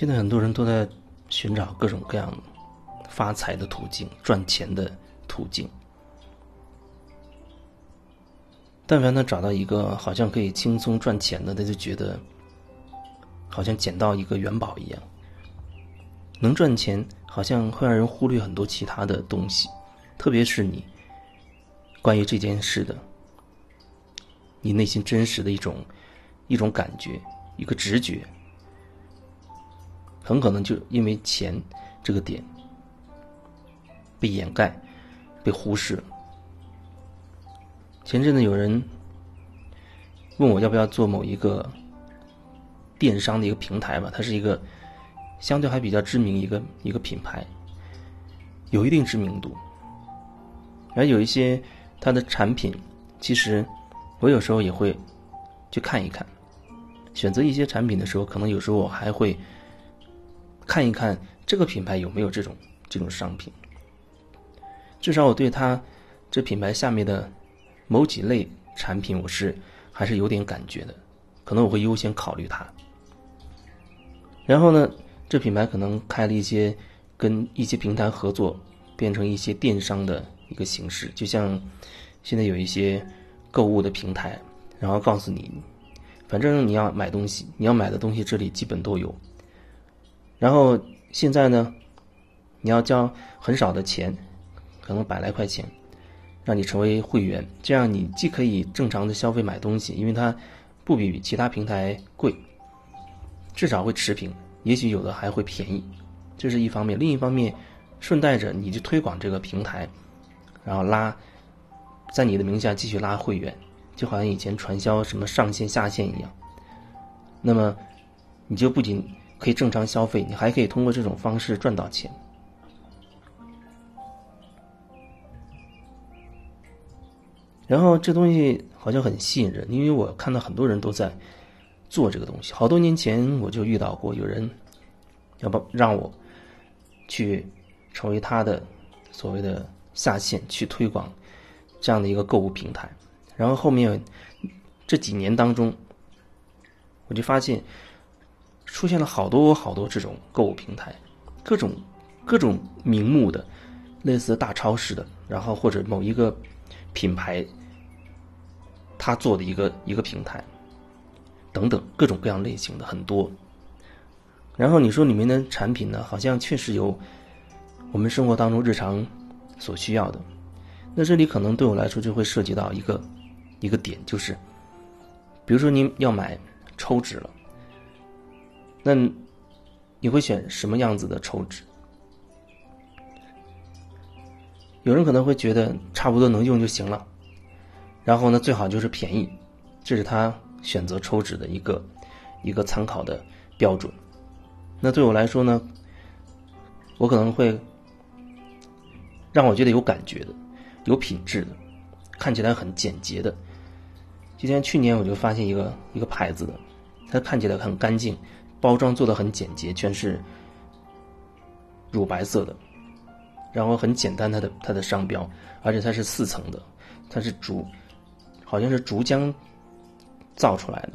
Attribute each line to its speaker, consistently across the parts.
Speaker 1: 现在很多人都在寻找各种各样发财的途径、赚钱的途径。但凡他找到一个好像可以轻松赚钱的，他就觉得好像捡到一个元宝一样。能赚钱好像会让人忽略很多其他的东西，特别是你关于这件事的你内心真实的一种感觉，一个直觉，很可能就因为钱这个点被掩盖、被忽视了。前阵子有人问我要不要做某一个电商的一个平台吧，它是一个相对还比较知名一个品牌，有一定知名度，而有一些它的产品，其实我有时候也会去看一看。选择一些产品的时候，可能有时候我还会看一看这个品牌有没有这种商品。至少我对它这品牌下面的某几类产品，我还是有点感觉的，可能我会优先考虑它。然后呢，这品牌可能开了跟一些平台合作，变成一些电商的一个形式，就像现在有一些购物的平台，然后告诉你，反正你要买东西，你要买的东西这里基本都有。然后现在呢，你要交很少的钱，可能100来块钱，让你成为会员，这样你既可以正常的消费买东西，因为它不比其他平台贵，至少会持平，也许有的还会便宜，这是一方面。另一方面，顺带着你去推广这个平台，然后在你的名下继续拉会员，就好像以前传销什么上线下线一样。那么你就不仅可以正常消费，你还可以通过这种方式赚到钱。然后这东西好像很吸引人，因为我看到很多人都在做这个东西。好多年前我就遇到过有人要不让我去成为他的所谓的下线，去推广这样的一个购物平台。然后后面这几年当中，我就发现出现了好多这种购物平台，各种名目的，类似大超市的，然后或者某一个品牌他做的一个平台等等，各种各样类型的很多。然后你说里面的产品呢，好像确实有我们生活当中日常所需要的。那这里可能对我来说就会涉及到一个点，就是比如说你要买抽纸了，那你会选什么样子的抽纸？有人可能会觉得差不多能用就行了，然后呢最好就是便宜，这是他选择抽纸的一个参考的标准。那对我来说呢，我可能会让我觉得有感觉的，有品质的，看起来很简洁的。就像去年我就发现一个牌子的，它看起来很干净，包装做得很简洁，全是乳白色的，然后很简单它的商标，而且它是4层的，它是好像是竹浆造出来的。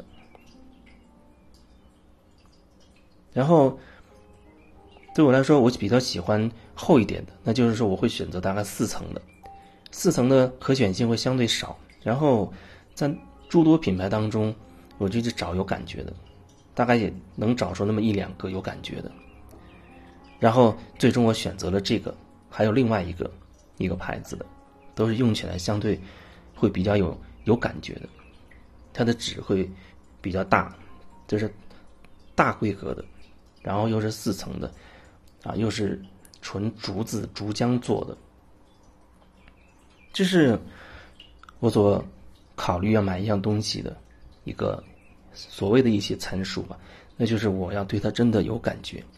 Speaker 1: 然后对我来说，我比较喜欢厚一点的，那就是说我会选择大概4层的，4层的可选性会相对少。然后在诸多品牌当中，我就去找有感觉的，大概也能找出那么1-2个有感觉的。然后最终我选择了这个，还有另外一个牌子的，都是用起来相对会比较有感觉的。它的纸会比较大，就是大规格的，然后又是4层的，又是纯竹浆做的。这是我所考虑要买一样东西的一个所谓的一些参数吧，那就是我要对它真的有感觉。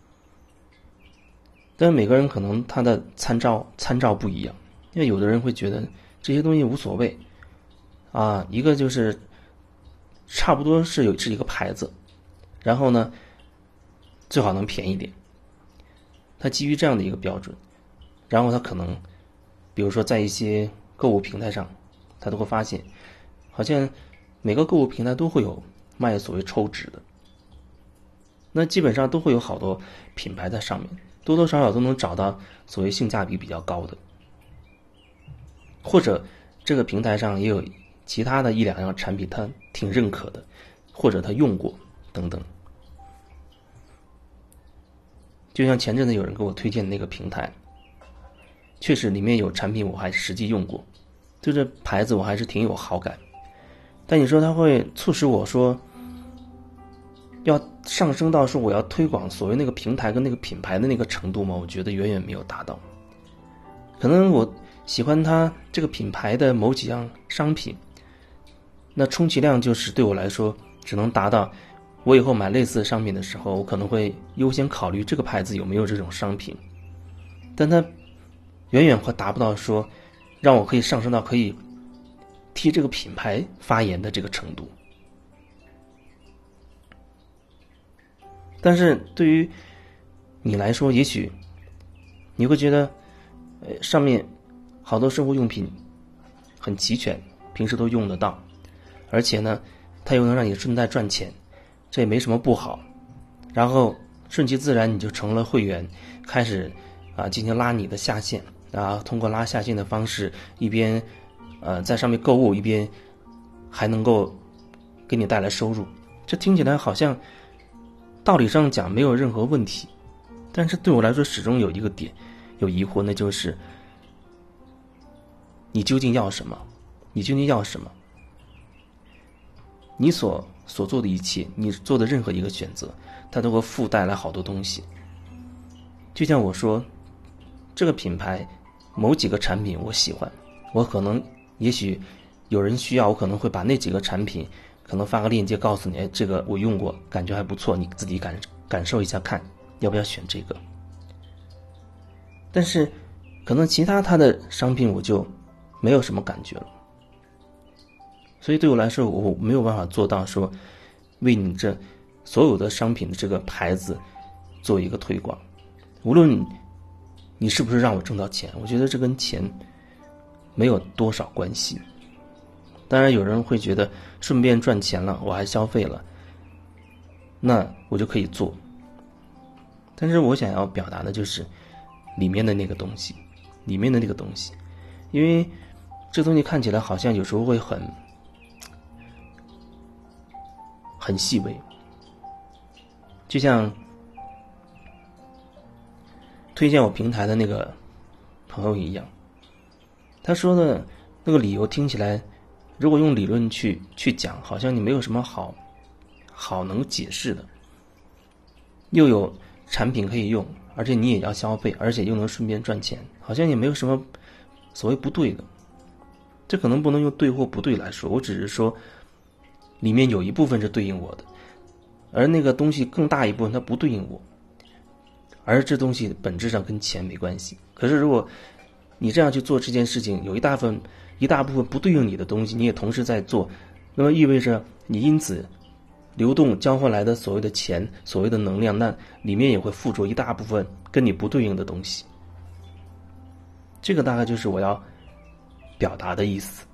Speaker 1: 但每个人可能他的参照不一样，因为有的人会觉得这些东西无所谓一个就是差不多是一个牌子，然后呢最好能便宜点，他基于这样的一个标准，然后他可能比如说在一些购物平台上，他都会发现好像每个购物平台都会有卖所谓抽纸的， 那基本上都会有好多品牌在上面，多多少少都能找到所谓性价比比较高的，或者这个平台上也有其他的一两样产品他挺认可的，或者他用过等等。就像前阵子有人给我推荐的那个平台，确实里面有产品我还实际用过，对这牌子我还是挺有好感。但你说它会促使我说要上升到说我要推广所谓那个平台跟那个品牌的那个程度吗？我觉得远远没有达到。可能我喜欢它这个品牌的某几样商品，那充其量就是对我来说只能达到我以后买类似的商品的时候，我可能会优先考虑这个牌子有没有这种商品，但它远远会达不到说让我可以上升到可以替这个品牌发言的这个程度。但是对于你来说，也许你会觉得上面好多生活用品很齐全，平时都用得到，而且呢它又能让你顺带赚钱，这也没什么不好。然后顺其自然你就成了会员，开始进行拉你的下线，通过拉下线的方式一边在上面购物，一边还能够给你带来收入。这听起来好像道理上讲没有任何问题，但是对我来说始终有一个点有疑惑，那就是你究竟要什么？你究竟要什么？你所做的一切，你做的任何一个选择，它都会附带来好多东西。就像我说，这个品牌某几个产品我喜欢，我可能也许有人需要，我可能会把那几个产品可能发个链接告诉你，这个我用过，感觉还不错，你自己感受一下看要不要选这个。但是可能其他它的商品我就没有什么感觉了，所以对我来说我没有办法做到说为你这所有的商品的这个牌子做一个推广。无论你是不是让我挣到钱，我觉得这跟钱没有多少关系。当然有人会觉得顺便赚钱了，我还消费了，那我就可以做。但是我想要表达的就是里面的那个东西，因为这东西看起来好像有时候会很细微，就像推荐我平台的那个朋友一样，他说的那个理由听起来，如果用理论去讲，好像你没有什么好能解释的，又有产品可以用，而且你也要消费，而且又能顺便赚钱，好像也没有什么所谓不对的。这可能不能用对或不对来说，我只是说里面有一部分是对应我的，而那个东西更大一部分它不对应我，而这东西本质上跟钱没关系。可是如果你这样去做这件事情，有一大部分不对应你的东西你也同时在做，那么意味着你因此流动交换来的所谓的钱，所谓的能量，那里面也会附着一大部分跟你不对应的东西。这个大概就是我要表达的意思。